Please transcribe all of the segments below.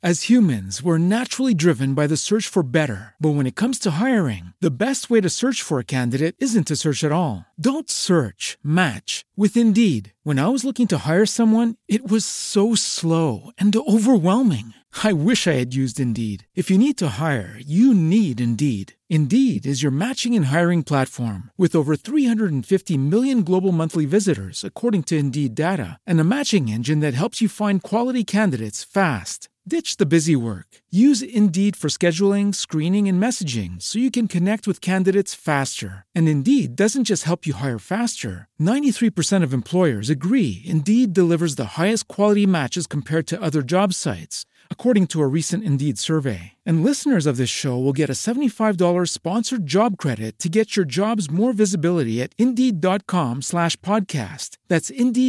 As humans, we're naturally driven by the search for better. But when it comes to hiring, the best way to search for a candidate isn't to search at all. Don't search, match with Indeed. When I was looking to hire someone, it was so slow and overwhelming. I wish I had used Indeed. If you need to hire, you need Indeed. Indeed is your matching and hiring platform with over 350 million global monthly visitors, according to Indeed data, and a matching engine that helps you find quality candidates fast. Ditch the busy work. Use Indeed for scheduling, screening, and messaging so you can connect with candidates faster. And Indeed doesn't just help you hire faster. 93% of employers agree Indeed delivers the highest quality matches compared to other job sites, according to a recent Indeed survey. And listeners of this show will get a $75 sponsored job credit to get your jobs more visibility at Indeed.com/podcast. That's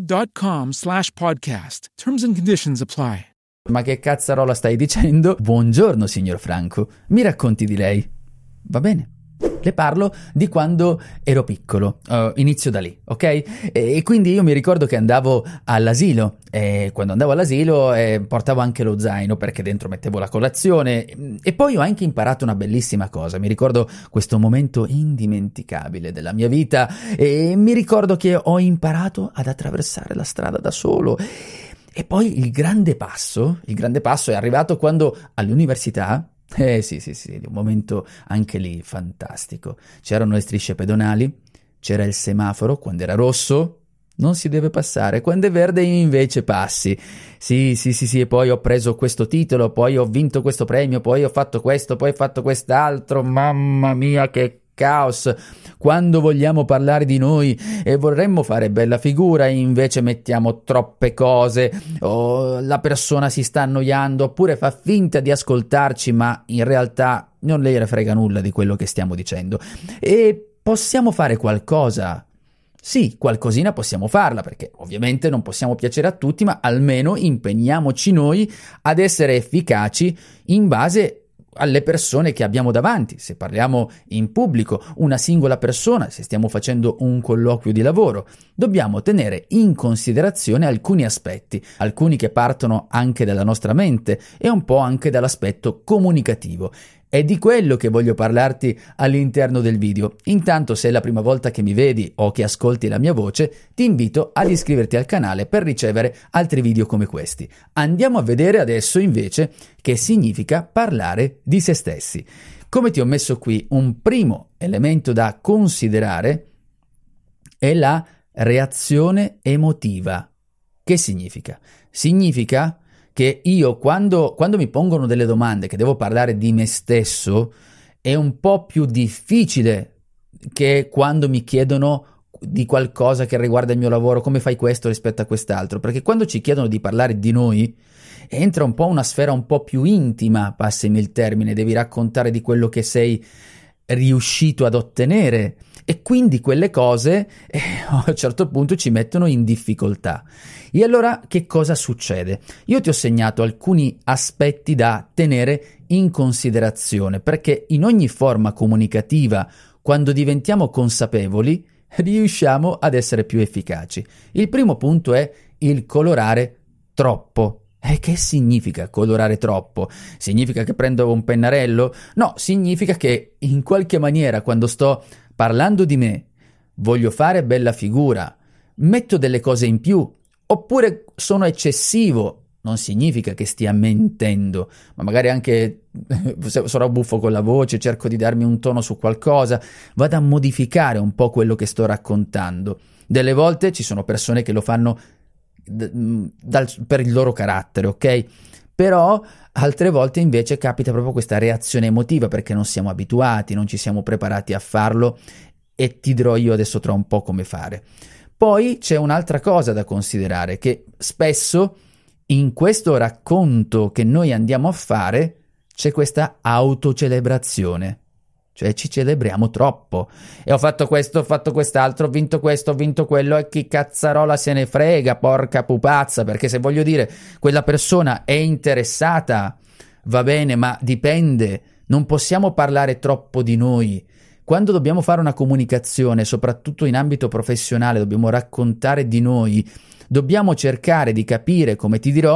Indeed.com/podcast. Terms and conditions apply. Ma che cazzarola stai dicendo? Buongiorno, signor Franco. Mi racconti di lei? Va bene. Le parlo di quando ero piccolo, inizio da lì, ok? E quindi io mi ricordo che andavo all'asilo e quando andavo all'asilo portavo anche lo zaino perché dentro mettevo la colazione e poi ho anche imparato una bellissima cosa. Mi ricordo questo momento indimenticabile della mia vita e mi ricordo che ho imparato ad attraversare la strada da solo. E poi il grande passo è arrivato quando all'università, sì, un momento anche lì fantastico. C'erano le strisce pedonali, c'era il semaforo, quando era rosso non si deve passare, quando è verde invece passi. Sì, e poi ho preso questo titolo, poi ho vinto questo premio, poi ho fatto questo, poi ho fatto quest'altro, mamma mia che caos. Quando vogliamo parlare di noi e vorremmo fare bella figura invece mettiamo troppe cose, o la persona si sta annoiando oppure fa finta di ascoltarci ma in realtà non le frega nulla di quello che stiamo dicendo. E possiamo fare qualcosa? Sì, qualcosina possiamo farla perché ovviamente non possiamo piacere a tutti, ma almeno impegniamoci noi ad essere efficaci in base alle persone che abbiamo davanti. Se parliamo in pubblico, una singola persona, se stiamo facendo un colloquio di lavoro, dobbiamo tenere in considerazione alcuni aspetti, alcuni che partono anche dalla nostra mente e un po' anche dall'aspetto comunicativo. È di quello che voglio parlarti all'interno del video. Intanto, se è la prima volta che mi vedi o che ascolti la mia voce, ti invito ad iscriverti al canale per ricevere altri video come questi. Andiamo a vedere adesso invece che significa parlare di se stessi. Come ti ho messo qui, un primo elemento da considerare è la reazione emotiva. Che significa? Significa che io quando mi pongono delle domande che devo parlare di me stesso è un po' più difficile che quando mi chiedono di qualcosa che riguarda il mio lavoro, come fai questo rispetto a quest'altro, perché quando ci chiedono di parlare di noi entra un po' una sfera un po' più intima, passami il termine, devi raccontare di quello che sei riuscito ad ottenere e quindi quelle cose a un certo punto ci mettono in difficoltà. E allora che cosa succede? Io ti ho segnato alcuni aspetti da tenere in considerazione perché in ogni forma comunicativa, quando diventiamo consapevoli, riusciamo ad essere più efficaci. Il primo punto è il colorare troppo. E che significa colorare troppo? Significa che prendo un pennarello? No, significa che in qualche maniera quando sto parlando di me, voglio fare bella figura, metto delle cose in più, oppure sono eccessivo. Non significa che stia mentendo, ma magari anche sarò buffo con la voce, cerco di darmi un tono su qualcosa, vado a modificare un po' quello che sto raccontando. Delle volte ci sono persone che lo fanno per il loro carattere, ok? Però altre volte invece capita proprio questa reazione emotiva perché non siamo abituati, non ci siamo preparati a farlo e ti dirò io adesso tra un po' come fare. Poi c'è un'altra cosa da considerare, che spesso in questo racconto che noi andiamo a fare c'è questa autocelebrazione. Cioè ci celebriamo troppo. E ho fatto questo, ho fatto quest'altro, ho vinto questo, ho vinto quello e chi cazzarola se ne frega, porca pupazza, perché se voglio dire quella persona è interessata, va bene, ma dipende, non possiamo parlare troppo di noi. Quando dobbiamo fare una comunicazione, soprattutto in ambito professionale, dobbiamo raccontare di noi, dobbiamo cercare di capire, come ti dirò,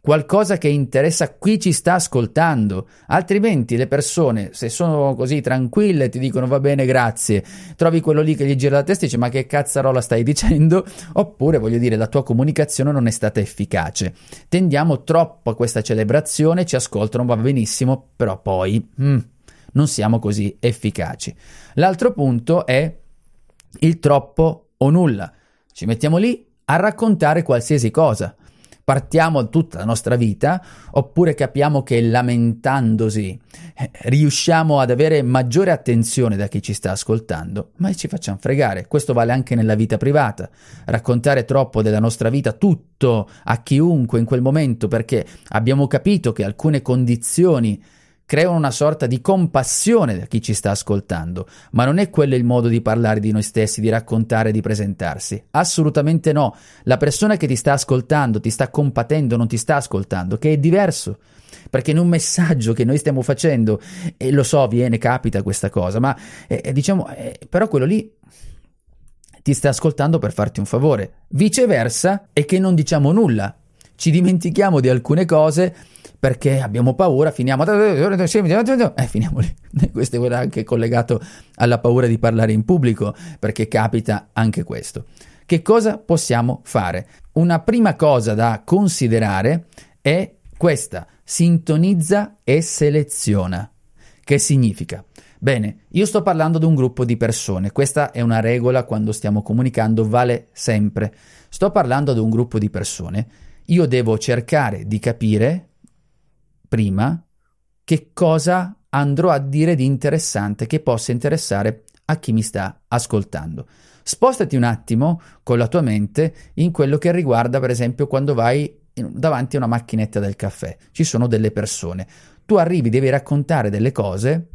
qualcosa che interessa chi ci sta ascoltando, altrimenti le persone, se sono così tranquille, ti dicono va bene, grazie, trovi quello lì che gli gira la testa e dice ma che cazzarola stai dicendo, oppure voglio dire la tua comunicazione non è stata efficace. Tendiamo troppo a questa celebrazione, ci ascoltano, va benissimo, però poi non siamo così efficaci. L'altro punto è il troppo o nulla. Ci mettiamo lì a raccontare qualsiasi cosa. Partiamo tutta la nostra vita, oppure capiamo che lamentandosi riusciamo ad avere maggiore attenzione da chi ci sta ascoltando, ma ci facciamo fregare. Questo vale anche nella vita privata. Raccontare troppo della nostra vita, tutto a chiunque in quel momento, perché abbiamo capito che alcune condizioni creano una sorta di compassione da chi ci sta ascoltando, ma non è quello il modo di parlare di noi stessi, di raccontare, di presentarsi. Assolutamente no. La persona che ti sta ascoltando, ti sta compatendo, non ti sta ascoltando, che è diverso. Perché in un messaggio che noi stiamo facendo, e lo so, capita questa cosa, ma però quello lì ti sta ascoltando per farti un favore. Viceversa è che non diciamo nulla, ci dimentichiamo di alcune cose perché abbiamo paura, finiamo lì. Questo è anche collegato alla paura di parlare in pubblico, perché capita anche questo. Che cosa possiamo fare? Una prima cosa da considerare è questa: sintonizza e seleziona. Che significa? Bene, io sto parlando di un gruppo di persone, questa è una regola quando stiamo comunicando, vale sempre. Sto parlando ad un gruppo di persone, io devo cercare di capire prima che cosa andrò a dire di interessante che possa interessare a chi mi sta ascoltando. Spostati un attimo con la tua mente in quello che riguarda, per esempio, quando vai davanti a una macchinetta del caffè. Ci sono delle persone. Tu arrivi, devi raccontare delle cose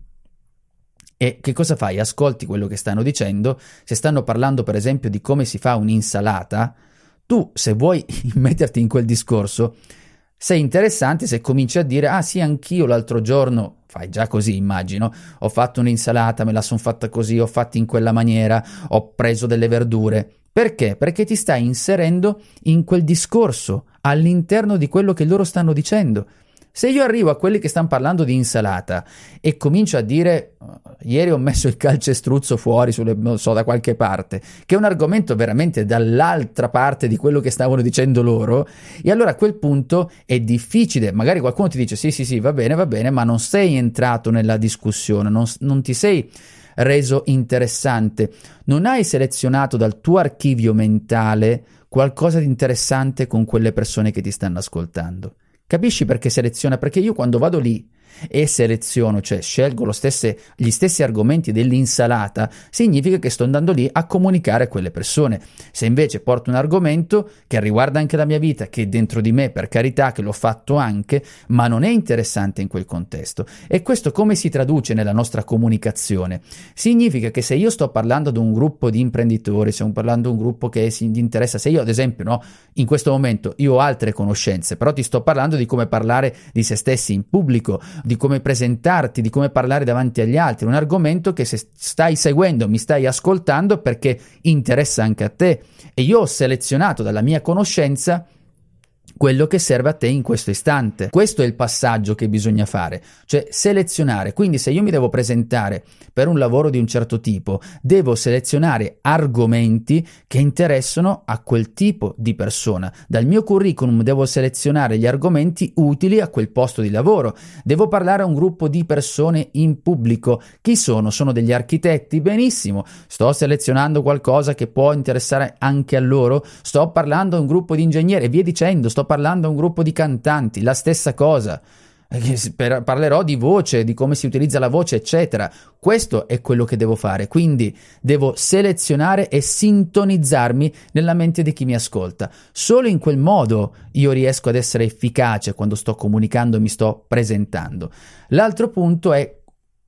e che cosa fai? Ascolti quello che stanno dicendo. Se stanno parlando, per esempio, di come si fa un'insalata, tu, se vuoi metterti in quel discorso, sei interessante se cominci a dire ah sì, anch'io l'altro giorno, fai già così immagino, ho fatto un'insalata, me la son fatta così, ho fatto in quella maniera, ho preso delle verdure. Perché? Perché ti stai inserendo in quel discorso, all'interno di quello che loro stanno dicendo. Se io arrivo a quelli che stanno parlando di insalata e comincio a dire ieri ho messo il calcestruzzo fuori non so, da qualche parte, che è un argomento veramente dall'altra parte di quello che stavano dicendo loro, e allora a quel punto è difficile, magari qualcuno ti dice sì va bene, ma non sei entrato nella discussione, non ti sei reso interessante, non hai selezionato dal tuo archivio mentale qualcosa di interessante con quelle persone che ti stanno ascoltando. Capisci perché seleziona? Perché io quando vado lì e seleziono, cioè scelgo gli stessi argomenti dell'insalata, significa che sto andando lì a comunicare a quelle persone. Se invece porto un argomento che riguarda anche la mia vita, che è dentro di me, per carità, che l'ho fatto anche, ma non è interessante in quel contesto. E questo come si traduce nella nostra comunicazione? Significa che se io sto parlando ad un gruppo di imprenditori, se sto parlando ad un gruppo che si interessa, se io ad esempio, no, in questo momento io ho altre conoscenze, però ti sto parlando di come parlare di se stessi in pubblico, di come presentarti, di come parlare davanti agli altri, un argomento che se stai seguendo, mi stai ascoltando perché interessa anche a te, e io ho selezionato dalla mia conoscenza quello che serve a te in questo istante. Questo è il passaggio che bisogna fare, cioè selezionare. Quindi se io mi devo presentare per un lavoro di un certo tipo, devo selezionare argomenti che interessano a quel tipo di persona. Dal mio curriculum devo selezionare gli argomenti utili a quel posto di lavoro. Devo parlare a un gruppo di persone in pubblico. Chi sono? Sono degli architetti? Benissimo. Sto selezionando qualcosa che può interessare anche a loro. Sto parlando a un gruppo di ingegneri e via dicendo. Sto parlando a un gruppo di cantanti, la stessa cosa. Parlerò di voce, di come si utilizza la voce, eccetera. Questo è quello che devo fare, quindi devo selezionare e sintonizzarmi nella mente di chi mi ascolta. Solo in quel modo io riesco ad essere efficace quando sto comunicando e mi sto presentando. L'altro punto è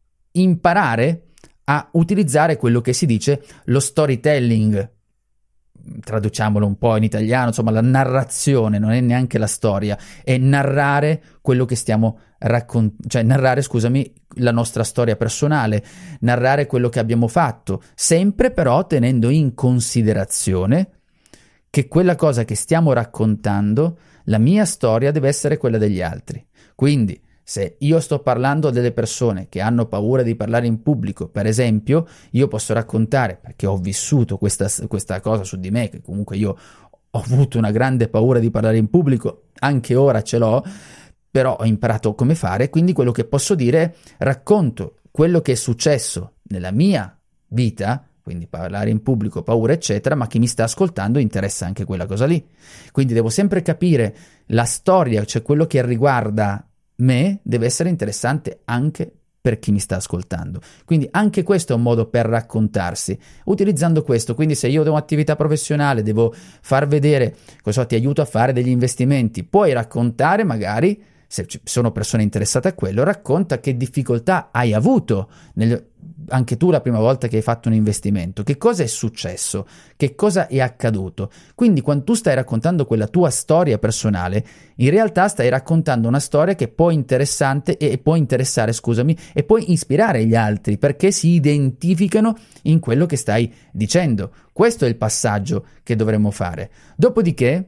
imparare a utilizzare quello che si dice lo storytelling. Traduciamolo un po' in italiano, insomma la narrazione, non è neanche la storia, è narrare quello che stiamo narrare la nostra storia personale, narrare quello che abbiamo fatto, sempre però tenendo in considerazione che quella cosa che stiamo raccontando la mia storia deve essere quella degli altri. Quindi, se io sto parlando a delle persone che hanno paura di parlare in pubblico, per esempio, io posso raccontare, perché ho vissuto questa cosa su di me, che comunque io ho avuto una grande paura di parlare in pubblico, anche ora ce l'ho, però ho imparato come fare, quindi quello che posso dire, racconto quello che è successo nella mia vita, quindi parlare in pubblico, paura eccetera, ma chi mi sta ascoltando interessa anche quella cosa lì. Quindi devo sempre capire la storia, cioè quello che riguarda me deve essere interessante anche per chi mi sta ascoltando. Quindi anche questo è un modo per raccontarsi, utilizzando questo. Quindi se io ho un'attività professionale, devo far vedere, cosa ti aiuto a fare degli investimenti, puoi raccontare magari, se ci sono persone interessate a quello, racconta che difficoltà hai avuto anche tu la prima volta che hai fatto un investimento, che cosa è successo, che cosa è accaduto. Quindi quando tu stai raccontando quella tua storia personale, in realtà stai raccontando una storia che può interessare, e può ispirare gli altri, perché si identificano in quello che stai dicendo. Questo è il passaggio che dovremmo fare. Dopodiché,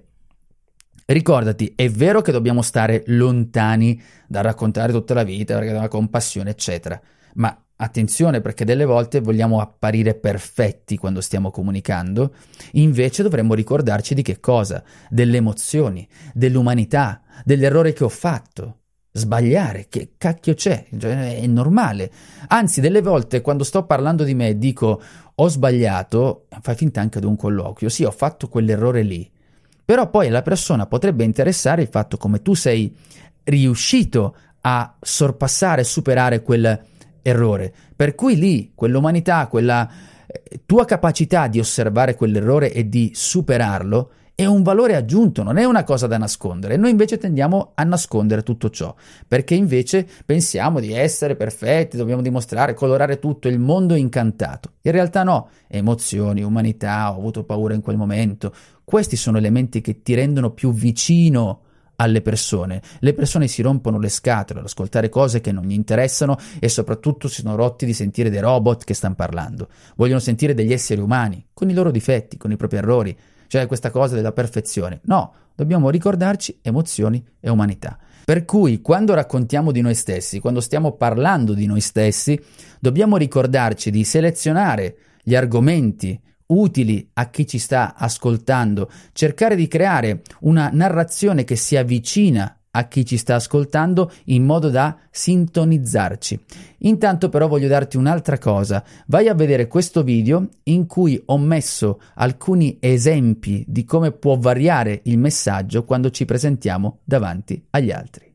ricordati, è vero che dobbiamo stare lontani dal raccontare tutta la vita, perché la compassione, eccetera, ma attenzione, perché delle volte vogliamo apparire perfetti quando stiamo comunicando, invece dovremmo ricordarci di che cosa? Delle emozioni, dell'umanità, dell'errore che ho fatto. Sbagliare, che cacchio c'è? È normale. Anzi, delle volte quando sto parlando di me dico ho sbagliato, fai finta anche di un colloquio, sì, ho fatto quell'errore lì. Però poi alla persona potrebbe interessare il fatto come tu sei riuscito a sorpassare, superare quel errore. Per cui lì, quell'umanità, quella tua capacità di osservare quell'errore e di superarlo è un valore aggiunto, non è una cosa da nascondere. Noi invece tendiamo a nascondere tutto ciò, perché invece pensiamo di essere perfetti, dobbiamo dimostrare, colorare tutto, il mondo incantato. In realtà no, emozioni, umanità, ho avuto paura in quel momento. Questi sono elementi che ti rendono più vicino alle persone. Le persone si rompono le scatole ad ascoltare cose che non gli interessano e soprattutto si sono rotti di sentire dei robot che stanno parlando. Vogliono sentire degli esseri umani, con i loro difetti, con i propri errori. Cioè questa cosa della perfezione. No, dobbiamo ricordarci emozioni e umanità. Per cui quando raccontiamo di noi stessi, quando stiamo parlando di noi stessi, dobbiamo ricordarci di selezionare gli argomenti utili a chi ci sta ascoltando, cercare di creare una narrazione che si avvicina a chi ci sta ascoltando in modo da sintonizzarci. Intanto però voglio darti un'altra cosa. Vai a vedere questo video in cui ho messo alcuni esempi di come può variare il messaggio quando ci presentiamo davanti agli altri.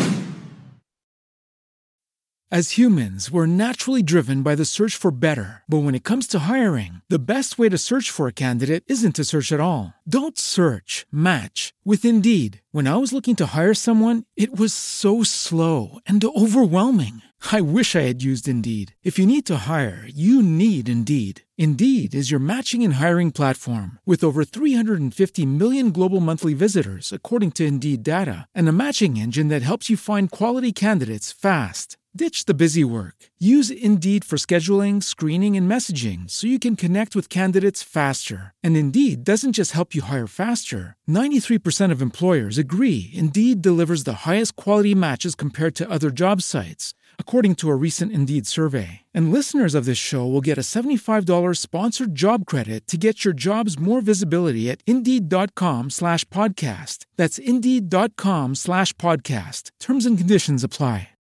As humans, we're naturally driven by the search for better. But when it comes to hiring, the best way to search for a candidate isn't to search at all. Don't search, match with Indeed. When I was looking to hire someone, it was so slow and overwhelming. I wish I had used Indeed. If you need to hire, you need Indeed. Indeed is your matching and hiring platform with over 350 million global monthly visitors, according to Indeed data, and a matching engine that helps you find quality candidates fast. Ditch the busy work. Use Indeed for scheduling, screening, and messaging so you can connect with candidates faster. And Indeed doesn't just help you hire faster. 93% of employers agree Indeed delivers the highest quality matches compared to other job sites, according to a recent Indeed survey. And listeners of this show will get a $75 sponsored job credit to get your jobs more visibility at Indeed.com/podcast. That's Indeed.com/podcast. Terms and conditions apply.